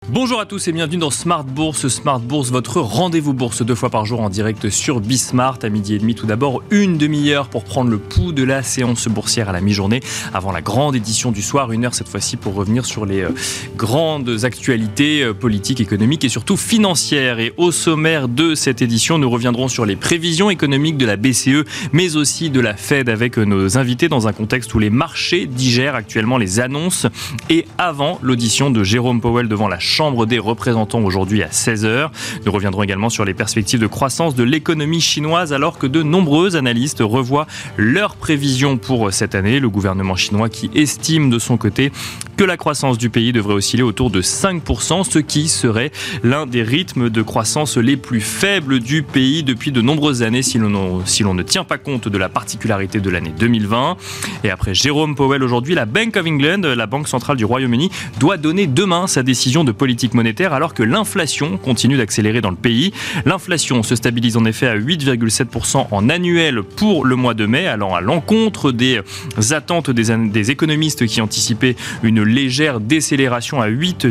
Bonjour à tous et bienvenue dans Smart Bourse. Smart Bourse, votre rendez-vous bourse 2 fois par jour en direct sur Bismart à 12h30. Tout d'abord, une demi-heure pour prendre le pouls de la séance boursière à la mi-journée avant la grande édition du soir. 1 heure cette fois-ci pour revenir sur les grandes actualités politiques, économiques et surtout financières. Et au sommaire de cette édition, nous reviendrons sur les prévisions économiques de la BCE mais aussi de la Fed avec nos invités dans un contexte où les marchés digèrent actuellement les annonces et avant l'audition de Jérôme Powell devant la Chambre des représentants aujourd'hui à 16h. Nous reviendrons également sur les perspectives de croissance de l'économie chinoise alors que de nombreux analystes revoient leurs prévisions pour cette année. Le gouvernement chinois qui estime de son côté que la croissance du pays devrait osciller autour de 5%, ce qui serait l'un des rythmes de croissance les plus faibles du pays depuis de nombreuses années si l'on ne tient pas compte de la particularité de l'année 2020. Et après Jérôme Powell aujourd'hui, la Bank of England, la banque centrale du Royaume-Uni, doit donner demain sa décision de politique monétaire alors que l'inflation continue d'accélérer dans le pays. L'inflation se stabilise en effet à 8,7% en annuel pour le mois de mai, allant à l'encontre des attentes des économistes qui anticipaient une légère décélération à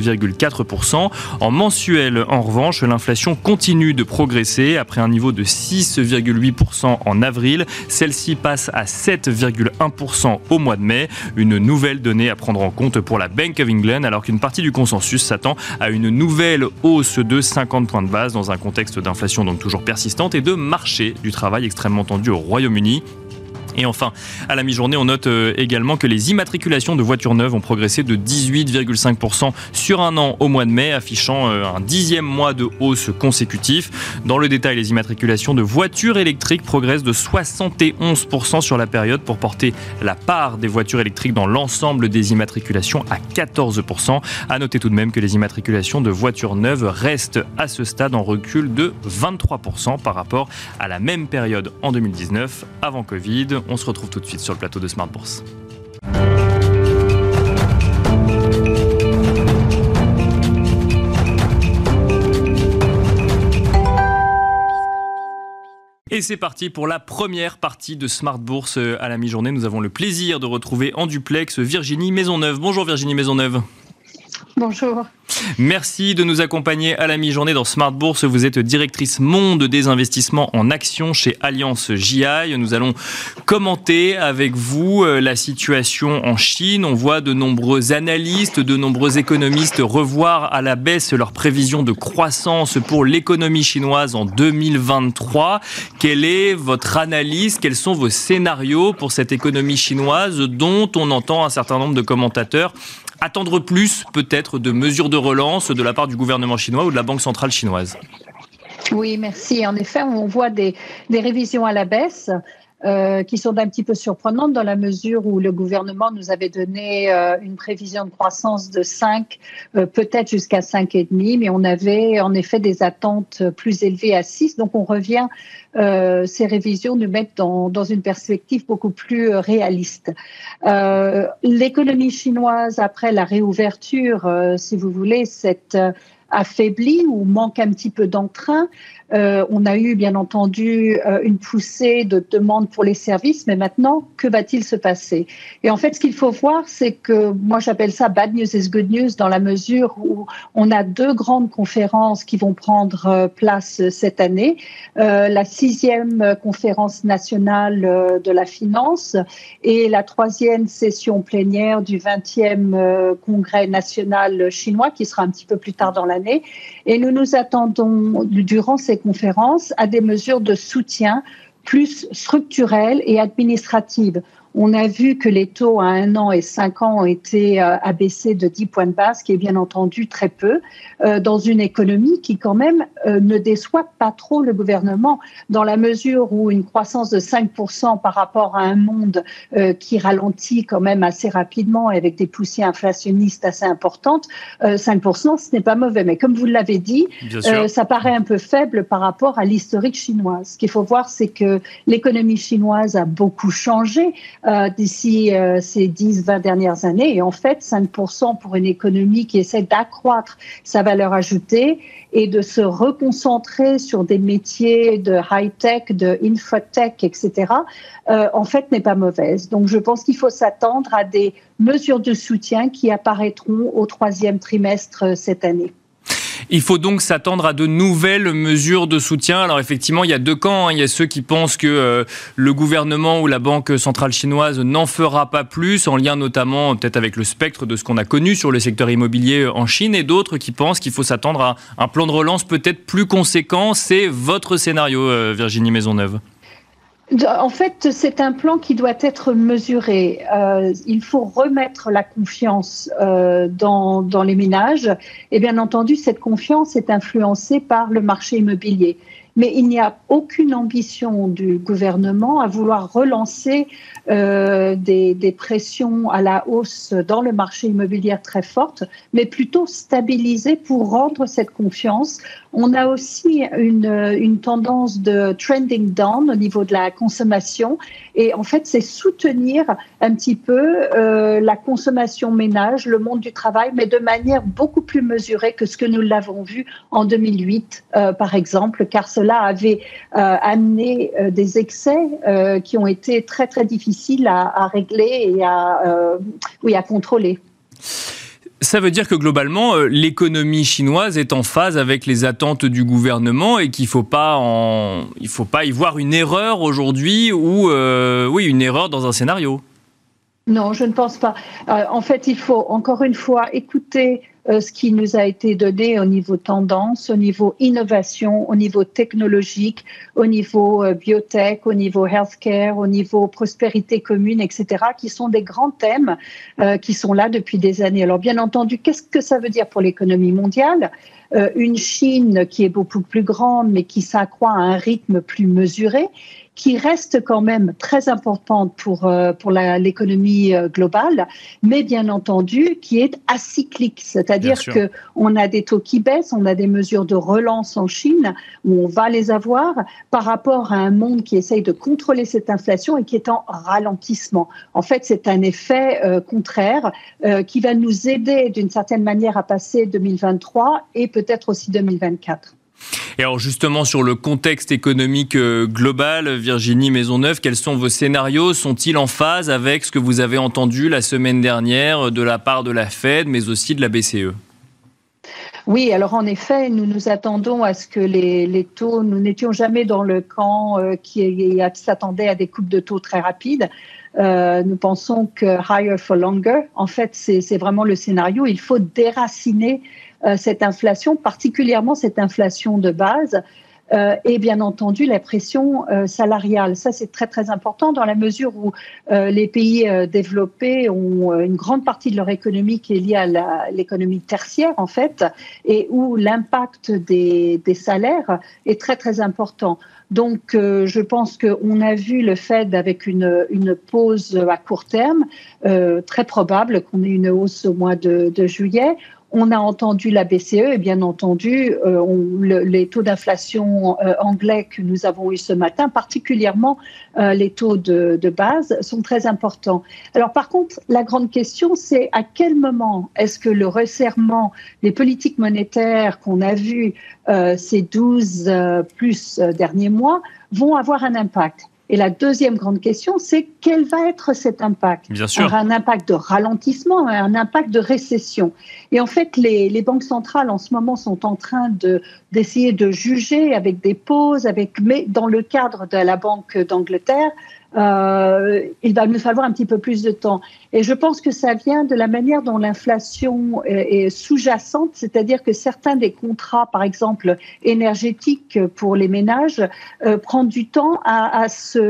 8,4%. En mensuel, en revanche, l'inflation continue de progresser. Après un niveau de 6,8% en avril, celle-ci passe à 7,1% au mois de mai. Une nouvelle donnée à prendre en compte pour la Bank of England alors qu'une partie du consensus s'attend à une nouvelle hausse de 50 points de base dans un contexte d'inflation donc toujours persistante et de marché du travail extrêmement tendu au Royaume-Uni. Et enfin, à la mi-journée, on note également que les immatriculations de voitures neuves ont progressé de 18,5% sur un an au mois de mai, affichant un 10e mois de hausse consécutif. Dans le détail, les immatriculations de voitures électriques progressent de 71% sur la période pour porter la part des voitures électriques dans l'ensemble des immatriculations à 14%. À noter tout de même que les immatriculations de voitures neuves restent à ce stade en recul de 23% par rapport à la même période en 2019, avant Covid. On se retrouve tout de suite sur le plateau de Smart Bourse. Et c'est parti pour la première partie de Smart Bourse à la mi-journée. Nous avons le plaisir de retrouver en duplex Virginie Maisonneuve. Bonjour Virginie Maisonneuve. Bonjour. Merci de nous accompagner à la mi-journée dans Smart Bourse. Vous êtes directrice monde des investissements en actions chez Alliance JI. Nous allons commenter avec vous la situation en Chine. On voit de nombreux analystes, de nombreux économistes revoir à la baisse leurs prévisions de croissance pour l'économie chinoise en 2023. Quelle est votre analyse? Quels sont vos scénarios pour cette économie chinoise dont on entend un certain nombre de commentateurs attendre plus peut-être de mesures de relance de la part du gouvernement chinois ou de la Banque centrale chinoise? Oui, merci. En effet, on voit des révisions à la baisse qui sont un petit peu surprenantes dans la mesure où le gouvernement nous avait donné une prévision de croissance de 5, peut-être jusqu'à 5,5, mais on avait en effet des attentes plus élevées à 6. Donc on revient, ces révisions nous mettent dans une perspective beaucoup plus réaliste. L'économie chinoise, après la réouverture, si vous voulez, cette affaibli ou manque un petit peu d'entrain. On a eu bien entendu une poussée de demande pour les services, mais maintenant, que va-t-il se passer? Et en fait, ce qu'il faut voir, c'est que moi j'appelle ça bad news is good news dans la mesure où on a 2 grandes conférences qui vont prendre place cette année. La 6e conférence nationale de la finance et la 3e session plénière du 20e congrès national chinois qui sera un petit peu plus tard dans l'année. Et nous nous attendons durant ces conférences à des mesures de soutien plus structurelles et administratives. On a vu que les taux à 1 an et 5 ans ont été abaissés de 10 points de base, ce qui est bien entendu très peu, dans une économie qui quand même ne déçoit pas trop le gouvernement, dans la mesure où une croissance de 5% par rapport à un monde qui ralentit quand même assez rapidement avec des poussées inflationnistes assez importantes, 5% ce n'est pas mauvais. Mais comme vous l'avez dit, ça paraît un peu faible par rapport à l'historique chinois. Ce qu'il faut voir, c'est que l'économie chinoise a beaucoup changé d'ici ces 10-20 dernières années. Et en fait, 5% pour une économie qui essaie d'accroître sa valeur ajoutée et de se reconcentrer sur des métiers de high-tech, de infotech, etc., en fait, n'est pas mauvaise. Donc, je pense qu'il faut s'attendre à des mesures de soutien qui apparaîtront au 3e trimestre cette année. Il faut donc s'attendre à de nouvelles mesures de soutien. Alors effectivement, il y a deux camps. Il y a ceux qui pensent que le gouvernement ou la Banque centrale chinoise n'en fera pas plus, en lien notamment peut-être avec le spectre de ce qu'on a connu sur le secteur immobilier en Chine, et d'autres qui pensent qu'il faut s'attendre à un plan de relance peut-être plus conséquent. C'est votre scénario, Virginie Maisonneuve. En fait, c'est un plan qui doit être mesuré. Il faut remettre la confiance dans les ménages. Et bien entendu, cette confiance est influencée par le marché immobilier. Mais il n'y a aucune ambition du gouvernement à vouloir relancer des pressions à la hausse dans le marché immobilier très fortes, mais plutôt stabiliser pour rendre cette confiance. On a aussi une tendance de trending down au niveau de la consommation. Et en fait, c'est soutenir un petit peu la consommation ménage, le monde du travail, mais de manière beaucoup plus mesurée que ce que nous l'avons vu en 2008, par exemple, car cela avait amené des excès qui ont été très, très difficiles à régler et à contrôler. Ça veut dire que globalement, l'économie chinoise est en phase avec les attentes du gouvernement et qu'il ne faut pas y voir une erreur aujourd'hui ou une erreur dans un scénario. Non, je ne pense pas. En fait, il faut encore une fois écouter ce qui nous a été donné au niveau tendance, au niveau innovation, au niveau technologique, au niveau biotech, au niveau healthcare, au niveau prospérité commune, etc., qui sont des grands thèmes qui sont là depuis des années. Alors, bien entendu, qu'est-ce que ça veut dire pour l'économie mondiale ? Une Chine qui est beaucoup plus grande, mais qui s'accroît à un rythme plus mesuré, qui reste quand même très importante pour l'économie globale, mais bien entendu qui est acyclique, c'est-à-dire qu'on a des taux qui baissent, on a des mesures de relance en Chine où on va les avoir par rapport à un monde qui essaye de contrôler cette inflation et qui est en ralentissement. En fait, c'est un effet contraire qui va nous aider d'une certaine manière à passer 2023 et peut-être aussi 2024. Et alors justement, sur le contexte économique global, Virginie Maisonneuve, quels sont vos scénarios ? Sont-ils en phase avec ce que vous avez entendu la semaine dernière de la part de la Fed, mais aussi de la BCE ? Oui, alors en effet, nous nous attendons à ce que les taux, nous n'étions jamais dans le camp qui s'attendait à des coupes de taux très rapides. Nous pensons que higher for longer, en fait, c'est vraiment le scénario. Il faut déraciner cette inflation, particulièrement cette inflation de base, et bien entendu la pression salariale. Ça, c'est très, très important dans la mesure où les pays développés ont une grande partie de leur économie qui est liée à l'économie tertiaire, en fait, et où l'impact des salaires est très, très important. Donc, je pense qu'on a vu le Fed avec une pause à court terme, très probable qu'on ait une hausse au mois de juillet. On a entendu la BCE et bien entendu les taux d'inflation anglais que nous avons eu ce matin, particulièrement les taux de base, sont très importants. Alors par contre, la grande question, c'est à quel moment est-ce que le resserrement des politiques monétaires qu'on a vues ces 12 plus derniers mois vont avoir un impact ? Et la deuxième grande question, c'est quel va être cet impact ? Bien sûr. Un impact de ralentissement, un impact de récession. Et en fait, les banques centrales en ce moment sont en train d'essayer de juger avec des pauses, mais dans le cadre de la Banque d'Angleterre, il va nous falloir un petit peu plus de temps. Et je pense que ça vient de la manière dont l'inflation est sous-jacente, c'est-à-dire que certains des contrats, par exemple énergétiques pour les ménages, prennent du temps à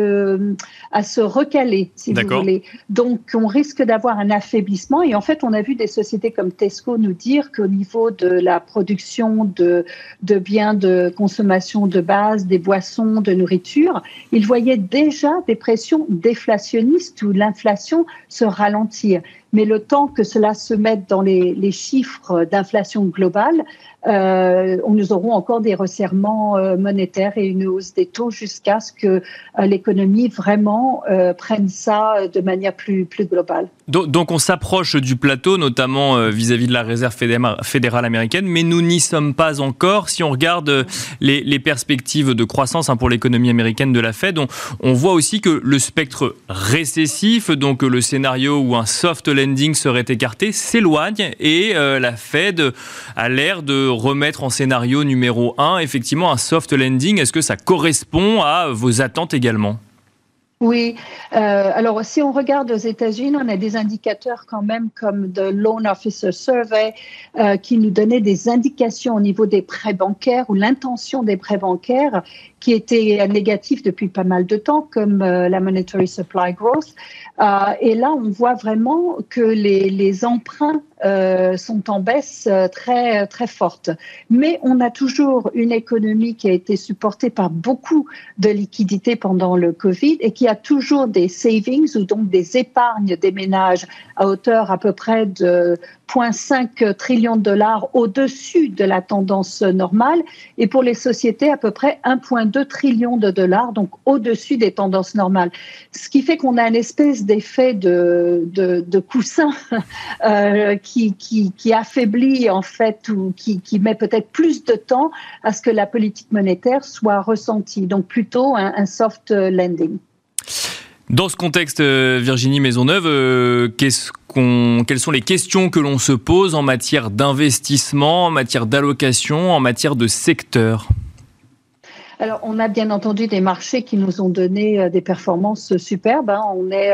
se recaler, si vous voulez. Donc, on risque d'avoir un affaiblissement. Et en fait, on a vu des sociétés comme Tesco nous dire qu'au niveau de la production de biens de consommation de base, des boissons, de nourriture, ils voyaient déjà des pression déflationniste où l'inflation se ralentit. Mais le temps que cela se mette dans les chiffres d'inflation globale, nous aurons encore des resserrements monétaires et une hausse des taux jusqu'à ce que l'économie vraiment prenne ça de manière plus globale. Donc on s'approche du plateau, notamment vis-à-vis de la réserve fédérale américaine, mais nous n'y sommes pas encore. Si on regarde les perspectives de croissance pour l'économie américaine de la Fed, on voit aussi que le spectre récessif, donc le scénario où un soft landing serait écarté s'éloigne et la Fed a l'air de remettre en scénario numéro 1 effectivement un soft landing. Est-ce que ça correspond à vos attentes également ? Oui, alors si on regarde aux États-Unis, on a des indicateurs quand même comme the Loan Officer Survey qui nous donnait des indications au niveau des prêts bancaires ou l'intention des prêts bancaires qui étaient négatifs depuis pas mal de temps, comme la Monetary Supply Growth. Et là, on voit vraiment que les emprunts sont en baisse très, très forte. Mais on a toujours une économie qui a été supportée par beaucoup de liquidités pendant le Covid et qui a toujours des savings ou donc des épargnes des ménages à hauteur à peu près de 0,5 trillion de dollars au-dessus de la tendance normale et pour les sociétés à peu près 1,2 trillion de dollars, donc au-dessus des tendances normales. Ce qui fait qu'on a une espèce d'effet de coussin qui affaiblit en fait ou qui met peut-être plus de temps à ce que la politique monétaire soit ressentie, donc plutôt un soft landing. Dans ce contexte, Virginie Maisonneuve, quelles sont les questions que l'on se pose en matière d'investissement, en matière d'allocation, en matière de secteur ? Alors, on a bien entendu des marchés qui nous ont donné des performances superbes. On est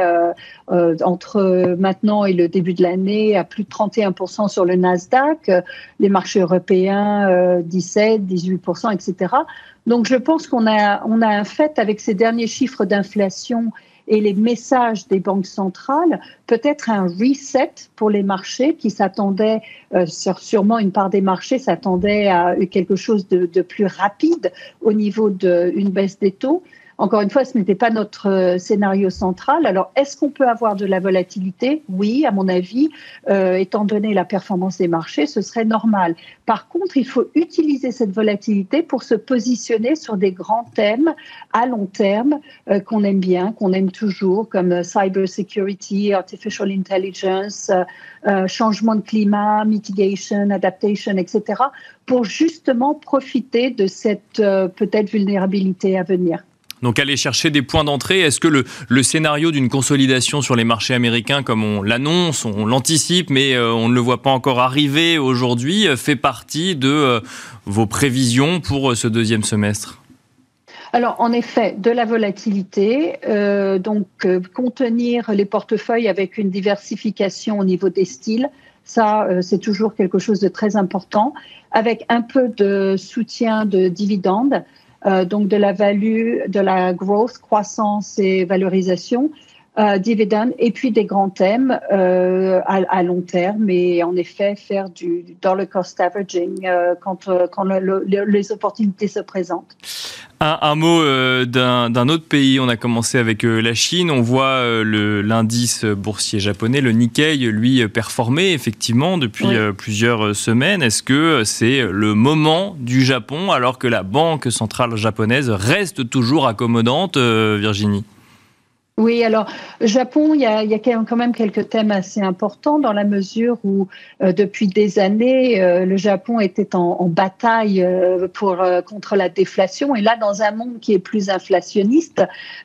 entre maintenant et le début de l'année à plus de 31% sur le Nasdaq, les marchés européens 17, 18%, etc. Donc, je pense qu'on a un fait avec ces derniers chiffres d'inflation et les messages des banques centrales, peut-être un reset pour les marchés qui s'attendaient, sûrement une part des marchés s'attendait à quelque chose de plus rapide au niveau d'une baisse des taux. Encore une fois, ce n'était pas notre scénario central. Alors, est-ce qu'on peut avoir de la volatilité ? Oui, à mon avis, étant donné la performance des marchés, ce serait normal. Par contre, il faut utiliser cette volatilité pour se positionner sur des grands thèmes à long terme qu'on aime bien, qu'on aime toujours, comme cyber security, artificial intelligence, changement de climat, mitigation, adaptation, etc., pour justement profiter de cette peut-être vulnérabilité à venir. Donc aller chercher des points d'entrée, est-ce que le scénario d'une consolidation sur les marchés américains, comme on l'annonce, on l'anticipe, mais on ne le voit pas encore arriver aujourd'hui, fait partie de vos prévisions pour ce deuxième semestre ? Alors, en effet, de la volatilité, contenir les portefeuilles avec une diversification au niveau des styles, ça, c'est toujours quelque chose de très important, avec un peu de soutien de dividendes, donc de la value, de la growth, croissance et valorisation, dividendes, et puis des grands thèmes à long terme, et en effet faire du dollar cost averaging quand les opportunités se présentent. Un mot d'un autre pays, on a commencé avec la Chine, on voit l'indice boursier japonais, le Nikkei, lui performer effectivement depuis plusieurs semaines. Est-ce que c'est le moment du Japon alors que la Banque centrale japonaise reste toujours accommodante, Virginie ? Oui, alors, Japon, il y a quand même quelques thèmes assez importants dans la mesure où, depuis des années, le Japon était en bataille contre la déflation. Et là, dans un monde qui est plus inflationniste,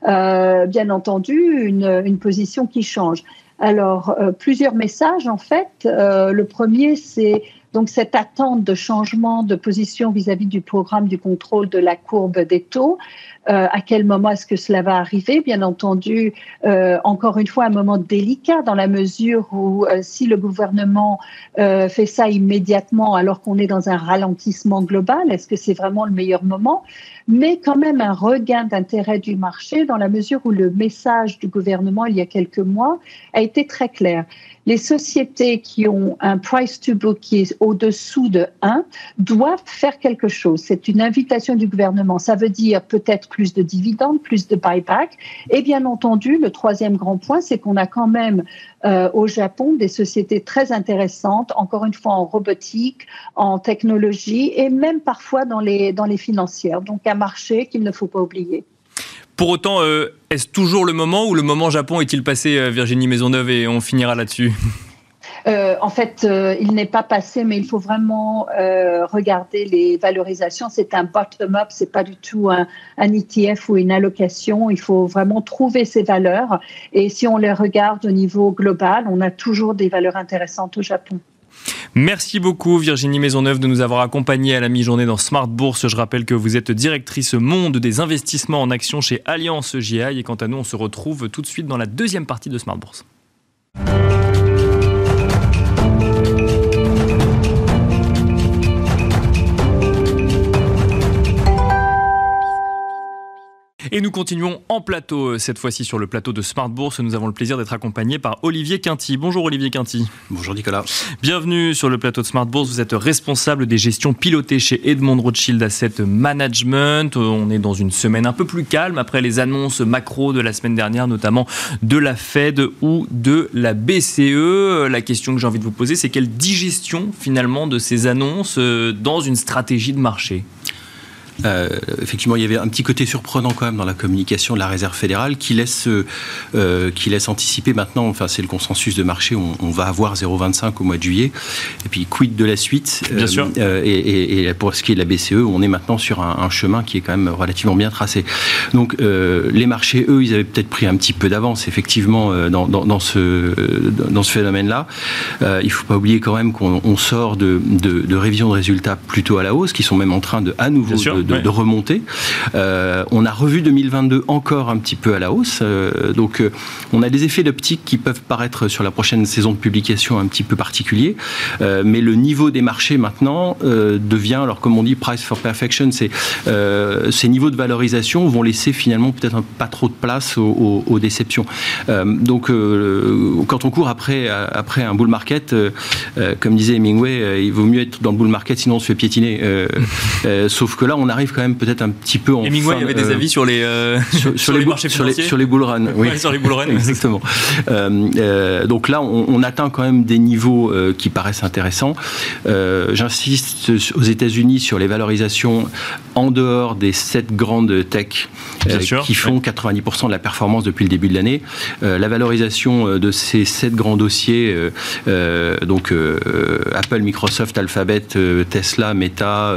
bien entendu, une position qui change. Alors, plusieurs messages, en fait. Le premier, c'est donc cette attente de changement de position vis-à-vis du programme du contrôle de la courbe des taux. À quel moment est-ce que cela va arriver ? Bien entendu, encore une fois, un moment délicat dans la mesure où si le gouvernement fait ça immédiatement alors qu'on est dans un ralentissement global, est-ce que c'est vraiment le meilleur moment ? Mais quand même un regain d'intérêt du marché dans la mesure où le message du gouvernement il y a quelques mois a été très clair. Les sociétés qui ont un price to book qui est au-dessous de 1 doivent faire quelque chose. C'est une invitation du gouvernement. Ça veut dire peut-être plus de dividendes, plus de buyback. Et bien entendu, le troisième grand point, c'est qu'on a quand même au Japon des sociétés très intéressantes, encore une fois en robotique, en technologie et même parfois dans les financières. Donc un marché qu'il ne faut pas oublier. Pour autant, est-ce toujours le moment ou le moment Japon est-il passé, Virginie Maisonneuve, et on finira là-dessus ? En fait, il n'est pas passé, mais il faut vraiment regarder les valorisations. C'est un bottom-up, c'est pas du tout un ETF ou une allocation. Il faut vraiment trouver ces valeurs. Et si on les regarde au niveau global, on a toujours des valeurs intéressantes au Japon. Merci beaucoup Virginie Maisonneuve de nous avoir accompagnés à la mi-journée dans Smart Bourse. Je rappelle que vous êtes directrice monde des investissements en actions chez Allianz GI. Et quant à nous, on se retrouve tout de suite dans la deuxième partie de Smart Bourse. Et nous continuons en plateau, cette fois-ci sur le plateau de Smart Bourse. Nous avons le plaisir d'être accompagnés par Olivier Quinty. Bonjour Olivier Quinty. Bonjour Nicolas. Bienvenue sur le plateau de Smart Bourse. Vous êtes responsable des gestions pilotées chez Edmond Rothschild Asset Management. On est dans une semaine un peu plus calme après les annonces macro de la semaine dernière, notamment de la Fed ou de la BCE. La question que j'ai envie de vous poser, c'est quelle digestion finalement de ces annonces dans une stratégie de marché ? Effectivement, il y avait un petit côté surprenant quand même dans la communication de la Réserve fédérale qui laisse anticiper maintenant, enfin c'est le consensus de marché, on va avoir 0,25 au mois de juillet, et puis quid de la suite. Bien sûr. Et pour ce qui est de la BCE, on est maintenant sur un chemin qui est quand même relativement bien tracé. Donc les marchés, eux, ils avaient peut-être pris un petit peu d'avance effectivement dans ce phénomène-là. Il ne faut pas oublier quand même qu'on sort de révisions de résultats plutôt à la hausse, qui sont même en train à nouveau de remonter. On a revu 2022 encore un petit peu à la hausse. Donc, on a des effets d'optique qui peuvent paraître sur la prochaine saison de publication un petit peu particuliers. Mais le niveau des marchés maintenant devient, alors comme on dit, price for perfection, ces niveaux de valorisation vont laisser finalement peut-être pas trop de place aux déceptions. Donc, quand on court après un bull market, comme disait Hemingway, il vaut mieux être dans le bull market, sinon on se fait piétiner. Sauf que là, on arrive quand même peut-être un petit peu en Hemingway avait des avis sur les marchés financiers, sur les bull runs. Oui, sur les bull runs. Exactement. Donc là, on atteint quand même des niveaux qui paraissent intéressants. J'insiste aux États-Unis sur les valorisations en dehors des 7 grandes tech qui font 90% de la performance depuis le début de l'année. La valorisation de ces 7 grands dossiers, donc Apple, Microsoft, Alphabet, Tesla, Meta,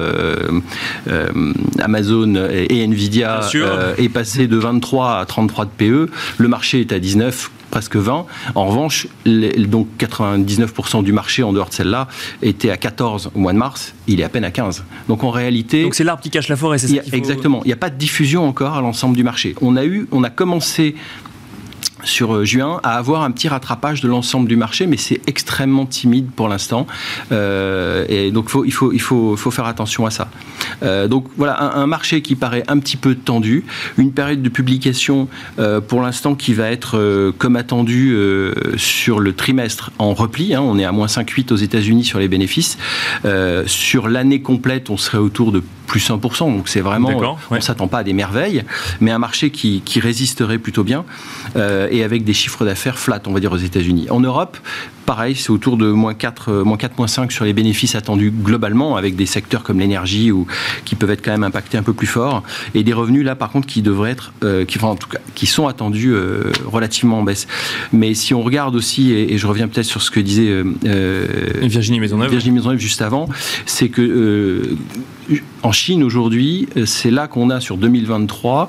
Amazon et Nvidia est passé de 23 à 33 de PE. Le marché est à 19, presque 20. En revanche, donc 99% du marché en dehors de celle-là était à 14 au mois de mars. Il est à peine à 15. Donc en réalité... Donc c'est l'arbre qui cache la forêt, c'est ça qu'il faut... Exactement. Il n'y a pas de diffusion encore à l'ensemble du marché. On a commencé sur juin à avoir un petit rattrapage de l'ensemble du marché, mais c'est extrêmement timide pour l'instant. Et donc il faut faire attention à ça. Donc voilà, un marché qui paraît un petit peu tendu, une période de publication pour l'instant qui va être comme attendu sur le trimestre en repli. On est à moins 5,8 aux États-Unis sur les bénéfices. Sur l'année complète, on serait autour de plus 1%. Donc c'est vraiment, on ne s'attend pas à des merveilles, mais un marché qui résisterait plutôt bien. Et avec des chiffres d'affaires flat, on va dire, aux États-Unis. En Europe, pareil, c'est autour de moins 4, moins 5 sur les bénéfices attendus globalement, avec des secteurs comme l'énergie qui peuvent être quand même impactés un peu plus fort, et des revenus là, par contre, qui devraient être, qui sont attendus relativement en baisse. Mais si on regarde aussi, et je reviens peut-être sur ce que disait Virginie Maisonneuve juste avant, c'est que en Chine aujourd'hui, c'est là qu'on a sur 2023,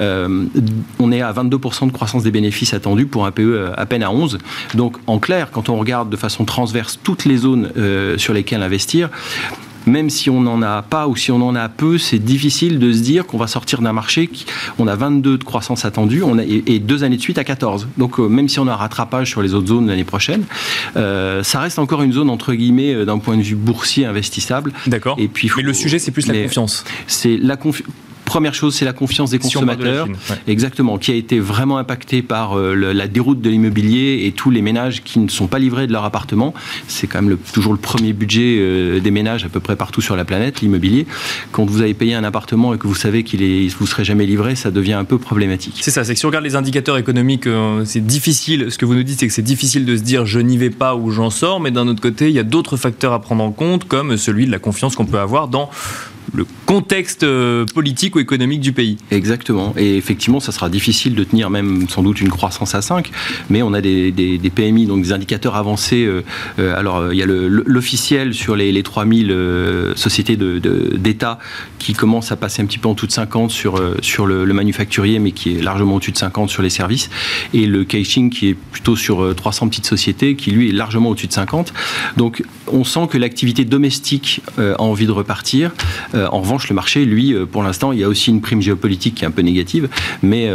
on est à 22% de croissance des bénéfices attendus pour un PE à peine à 11. Donc en clair, quand on regarde de façon transverse toutes les zones sur lesquelles investir, même si on n'en a pas ou si on en a peu, c'est difficile de se dire qu'on va sortir d'un marché on a 22 de croissance attendue et 2 années de suite à 14. Donc même si on a un rattrapage sur les autres zones l'année prochaine, ça reste encore une zone entre guillemets d'un point de vue boursier investissable. D'accord. Et puis, mais le sujet, c'est plus la confiance. C'est la confiance. Première chose, c'est la confiance des consommateurs, exactement, qui a été vraiment impactée par la déroute de l'immobilier et tous les ménages qui ne sont pas livrés de leur appartement. C'est quand même toujours le premier budget des ménages à peu près partout sur la planète, l'immobilier. Quand vous avez payé un appartement et que vous savez qu'il ne vous serait jamais livré, ça devient un peu problématique. C'est ça, c'est que si on regarde les indicateurs économiques, c'est difficile, ce que vous nous dites, c'est que c'est difficile de se dire je n'y vais pas ou j'en sors, mais d'un autre côté, il y a d'autres facteurs à prendre en compte, comme celui de la confiance qu'on peut avoir dans contexte politique ou économique du pays. Exactement. Et effectivement, ça sera difficile de tenir même sans doute une croissance à 5, mais on a des PMI, donc des indicateurs avancés. Alors, il y a l'officiel sur les 3000 sociétés d'État qui commence à passer un petit peu en dessous de 50 sur le manufacturier, mais qui est largement au-dessus de 50 sur les services. Et le Caixin qui est plutôt sur 300 petites sociétés, qui lui est largement au-dessus de 50. Donc, on sent que l'activité domestique a envie de repartir. En revanche, le marché, lui, pour l'instant, il y a aussi une prime géopolitique qui est un peu négative, mais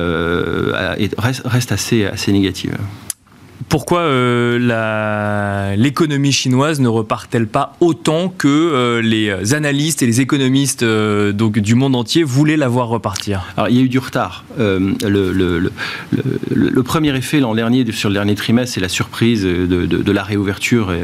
reste assez négative. Pourquoi l'économie chinoise ne repart-elle pas autant que les analystes et les économistes donc, du monde entier voulaient la voir repartir? Alors, il y a eu du retard. Le premier effet l'an dernier, sur le dernier trimestre, c'est la surprise de la réouverture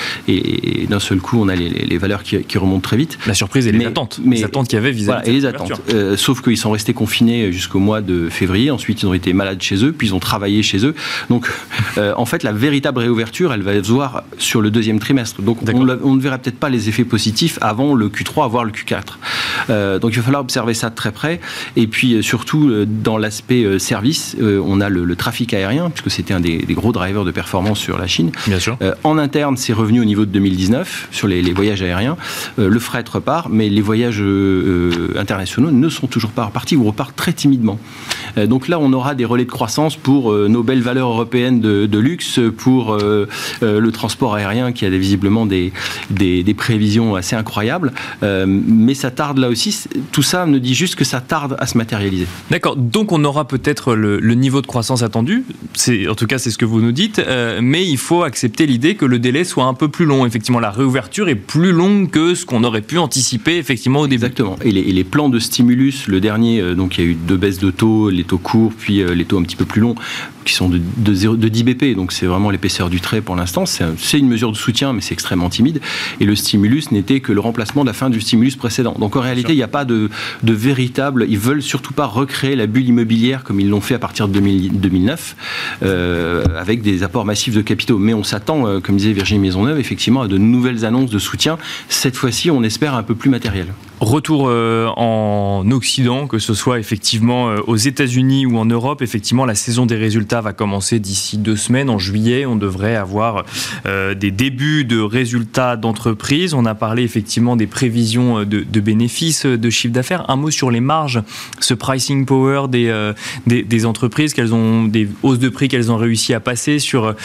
et d'un seul coup, on a les valeurs qui remontent très vite. La surprise et les attentes. Les attentes qu'il y avait vis-à-vis de cette ouverture. Sauf qu'ils sont restés confinés jusqu'au mois de février. Ensuite, ils ont été malades chez eux, puis ils ont travaillé chez eux. Donc, en fait, la véritable réouverture, elle va se voir sur le deuxième trimestre. Donc, on ne verra peut-être pas les effets positifs avant le Q3, voire le Q4. Donc, il va falloir observer ça de très près. Et puis, surtout, dans l'aspect service, on a le trafic aérien, puisque c'était un des gros drivers de performance sur la Chine. Bien sûr. En interne, c'est revenu au niveau de 2019 sur les voyages aériens. Le fret repart, mais les voyages internationaux ne sont toujours pas repartis ou repartent très timidement. Donc là, on aura des relais de croissance pour nos belles valeurs européennes de luxe, pour le transport aérien qui a visiblement des prévisions assez incroyables. Mais ça tarde là aussi. Tout ça me dit juste que ça tarde à se matérialiser. D'accord. Donc on aura peut-être le niveau de croissance attendu. En tout cas, c'est ce que vous nous dites. Mais il faut accepter l'idée que le délai soit un peu plus long. Effectivement, la réouverture est plus longue que ce qu'on aurait pu anticiper effectivement au début. Exactement. Et les plans de stimulus, le dernier, donc il y a eu 2 baisses de taux, les taux courts, puis les taux un petit peu plus longs, qui sont de 10 BP, donc c'est vraiment l'épaisseur du trait pour l'instant. C'est une mesure de soutien, mais c'est extrêmement timide. Et le stimulus n'était que le remplacement de la fin du stimulus précédent. Donc en réalité, il n'y a pas de véritable... Ils veulent surtout pas recréer la bulle immobilière comme ils l'ont fait à partir de 2009, avec des apports massifs de capitaux. Mais on s'attend, comme disait Virginie Maisonneuve, effectivement, à de nouvelles annonces de soutien. Cette fois-ci, on espère un peu plus matériel. Retour en Occident, que ce soit effectivement aux États-Unis ou en Europe, effectivement la saison des résultats va commencer d'ici 2 semaines. En juillet, on devrait avoir des débuts de résultats d'entreprise. On a parlé effectivement des prévisions de bénéfices, de chiffre d'affaires. Un mot sur les marges, ce pricing power des entreprises, des hausses de prix qu'elles ont réussi à passer sur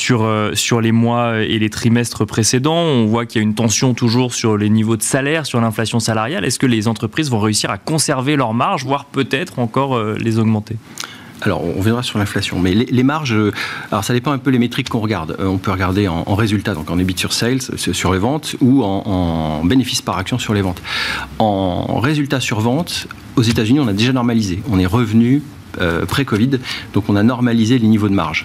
les mois et les trimestres précédents. On voit qu'il y a une tension toujours sur les niveaux de salaire, sur l'inflation salariale. Est-ce que les entreprises vont réussir à conserver leurs marges, voire peut-être encore les augmenter ? Alors, on verra sur l'inflation. Mais les marges, alors ça dépend un peu les métriques qu'on regarde. On peut regarder en résultats, donc en EBIT sur sales, sur les ventes, ou en bénéfices par action sur les ventes. En résultats sur vente, aux États-Unis, on a déjà normalisé. On est revenu pré-Covid, donc on a normalisé les niveaux de marge.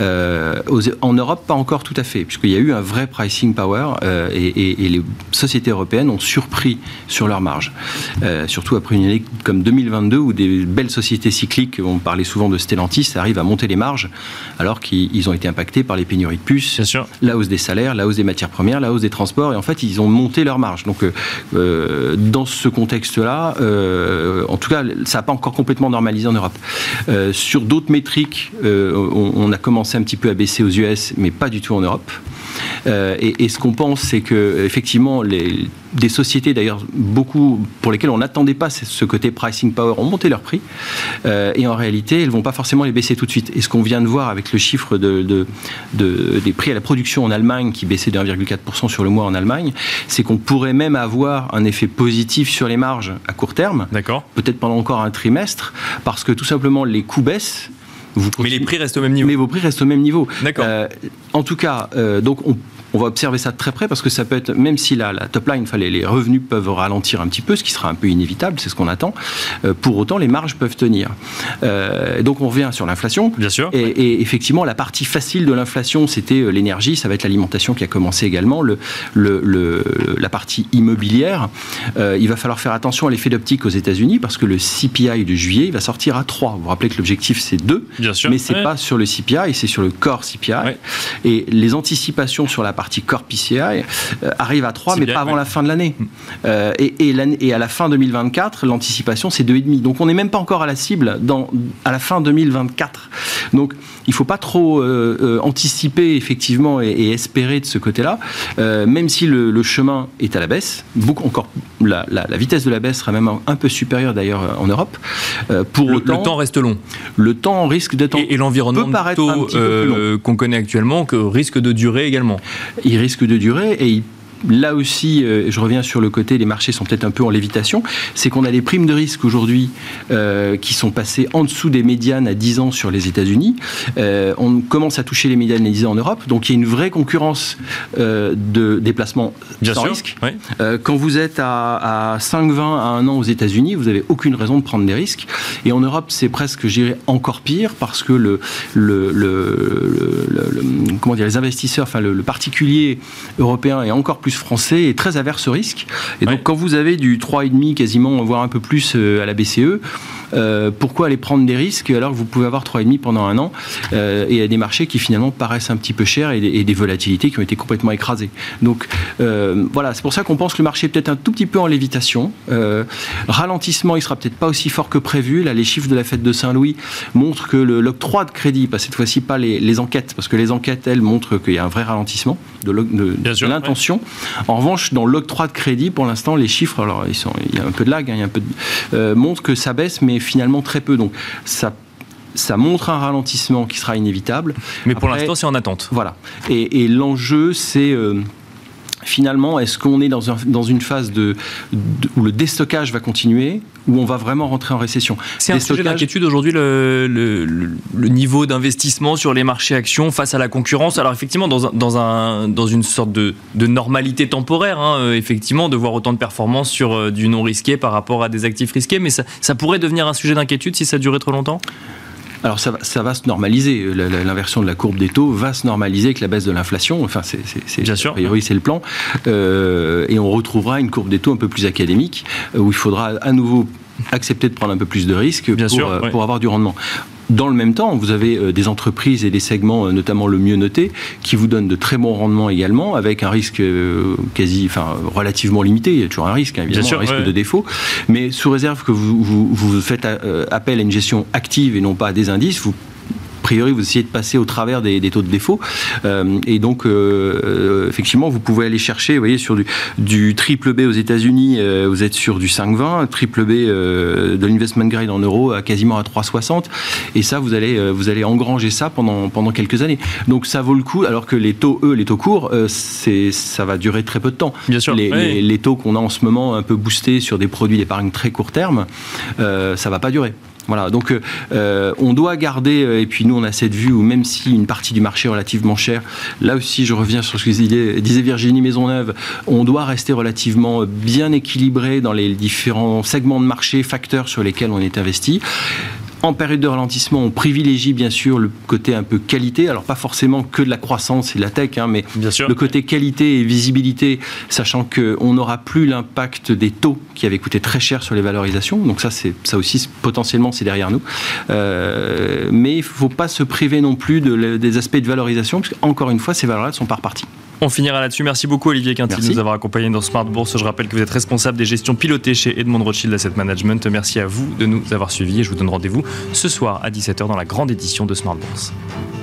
En Europe, pas encore tout à fait, puisqu'il y a eu un vrai pricing power et les sociétés européennes ont surpris sur leurs marges. Surtout après une année comme 2022 où des belles sociétés cycliques, on parlait souvent de Stellantis, arrivent à monter les marges alors qu'ils ont été impactés par les pénuries de puces, la hausse des salaires, la hausse des matières premières, la hausse des transports, et en fait ils ont monté leurs marges. Donc dans ce contexte-là, en tout cas, ça n'a pas encore complètement normalisé en Europe. Sur d'autres métriques, on a commencé un petit peu à baisser aux US, mais pas du tout en Europe. Et ce qu'on pense, c'est que effectivement, des sociétés, d'ailleurs, beaucoup pour lesquelles on n'attendait pas ce côté pricing power, ont monté leurs prix. Et en réalité, elles ne vont pas forcément les baisser tout de suite. Et ce qu'on vient de voir avec le chiffre des prix à la production en Allemagne, qui baissait de 1,4% sur le mois en Allemagne, c'est qu'on pourrait même avoir un effet positif sur les marges à court terme. D'accord. Peut-être pendant encore un trimestre, parce que tout simplement, les coûts baissent. Mais les prix restent au même niveau. Mais vos prix restent au même niveau. D'accord. En tout cas, donc on va observer ça de très près, parce que ça peut être, même si la top line, les revenus peuvent ralentir un petit peu, ce qui sera un peu inévitable, c'est ce qu'on attend, pour autant les marges peuvent tenir. Donc on revient sur l'inflation. Bien sûr. Et effectivement, la partie facile de l'inflation, c'était l'énergie, ça va être l'alimentation qui a commencé également, la partie immobilière. Il va falloir faire attention à l'effet d'optique aux États-Unis, parce que le CPI de juillet, il va sortir à 3. Vous vous rappelez que l'objectif c'est 2, Bien sûr. Mais c'est pas sur le CPI, c'est sur le core CPI. Ouais. Et les anticipations sur la partie partie Core PCI, arrive à 3, mais pas avant la fin de l'année. Et à la fin 2024, l'anticipation, c'est 2,5. Donc, on n'est même pas encore à la cible à la fin 2024. Donc, il ne faut pas trop anticiper, effectivement, et espérer de ce côté-là, même si le chemin est à la baisse. La vitesse de la baisse sera même un peu supérieure, d'ailleurs, en Europe. Pour autant, le temps reste long. Le temps risque d'être... Et l'environnement de taux qu'on connaît actuellement risque de durer également. Il risque de durer et là aussi, je reviens sur le côté, les marchés sont peut-être un peu en lévitation, c'est qu'on a des primes de risque aujourd'hui qui sont passées en dessous des médianes à 10 ans sur les États-Unis. On commence à toucher les médianes à 10 ans en Europe, donc il y a une vraie concurrence de déplacements sans risque. Oui. Quand vous êtes à 5,20 à 1 an aux États-Unis, vous n'avez aucune raison de prendre des risques. Et en Europe, c'est presque, je dirais, encore pire parce que comment dire, les investisseurs, enfin le particulier européen est encore plus français est très averse au risque. Et donc, quand vous avez du 3,5 quasiment, voire un peu plus à la BCE, pourquoi aller prendre des risques alors que vous pouvez avoir 3,5 pendant 1 an et à des marchés qui finalement paraissent un petit peu chers et des volatilités qui ont été complètement écrasées. Donc, voilà, c'est pour ça qu'on pense que le marché est peut-être un tout petit peu en lévitation. Ralentissement, il sera peut-être pas aussi fort que prévu. Là, les chiffres de la fête de Saint-Louis montrent que l'octroi de crédit, cette fois-ci pas les enquêtes, parce que les enquêtes, elles, montrent qu'il y a un vrai ralentissement de l'intention. Ouais. En revanche, dans l'octroi de crédit, pour l'instant, les chiffres, alors il y a un peu de lag, montrent que ça baisse, mais finalement très peu. Donc ça montre un ralentissement qui sera inévitable. Mais pour l'instant, c'est en attente. Voilà. Et l'enjeu, c'est... finalement, est-ce qu'on est dans une phase où le déstockage va continuer, où on va vraiment rentrer en récession? C'est un sujet d'inquiétude aujourd'hui, le niveau d'investissement sur les marchés actions face à la concurrence. Alors effectivement, dans une sorte de normalité temporaire, effectivement, de voir autant de performances sur du non risqué par rapport à des actifs risqués, mais ça pourrait devenir un sujet d'inquiétude si ça durait trop longtemps? Alors ça va se normaliser, l'inversion de la courbe des taux va se normaliser avec la baisse de l'inflation, enfin bien sûr, a priori c'est le plan, et on retrouvera une courbe des taux un peu plus académique, où il faudra à nouveau accepter de prendre un peu plus de risques pour avoir du rendement. Dans le même temps, vous avez des entreprises et des segments, notamment le mieux noté, qui vous donnent de très bons rendements également, avec un risque relativement limité. Il y a toujours un risque, évidemment, un risque de défaut. Mais sous réserve que vous faites appel à une gestion active et non pas à des indices, a priori, vous essayez de passer au travers des taux de défaut. Et donc, effectivement, vous pouvez aller chercher, vous voyez, sur du triple B aux États-Unis, vous êtes sur du 5,20, triple B de l'investment grade en euros à quasiment à 3,60. Et ça, vous allez engranger ça pendant quelques années. Donc, ça vaut le coup, alors que les taux courts, ça va durer très peu de temps. Bien sûr. Les taux qu'on a en ce moment, un peu boostés sur des produits d'épargne très court terme, ça va pas durer. Voilà, donc on doit garder, et puis nous on a cette vue où même si une partie du marché est relativement chère, là aussi je reviens sur ce que disait Virginie Maisonneuve, on doit rester relativement bien équilibré dans les différents segments de marché, facteurs sur lesquels on est investi. En période de ralentissement, on privilégie bien sûr le côté un peu qualité, alors pas forcément que de la croissance et de la tech, mais le côté qualité et visibilité, sachant qu'on n'aura plus l'impact des taux qui avaient coûté très cher sur les valorisations, donc ça aussi potentiellement c'est derrière nous. Mais il ne faut pas se priver non plus des aspects de valorisation, parce qu'encore une fois, ces valeurs-là ne sont pas reparties. On finira là-dessus. Merci beaucoup Olivier Quintil de nous avoir accompagnés dans Smart Bourse. Je rappelle que vous êtes responsable des gestions pilotées chez Edmond Rothschild Asset Management. Merci à vous de nous avoir suivis et je vous donne rendez-vous ce soir à 17h dans la grande édition de Smart Bourse.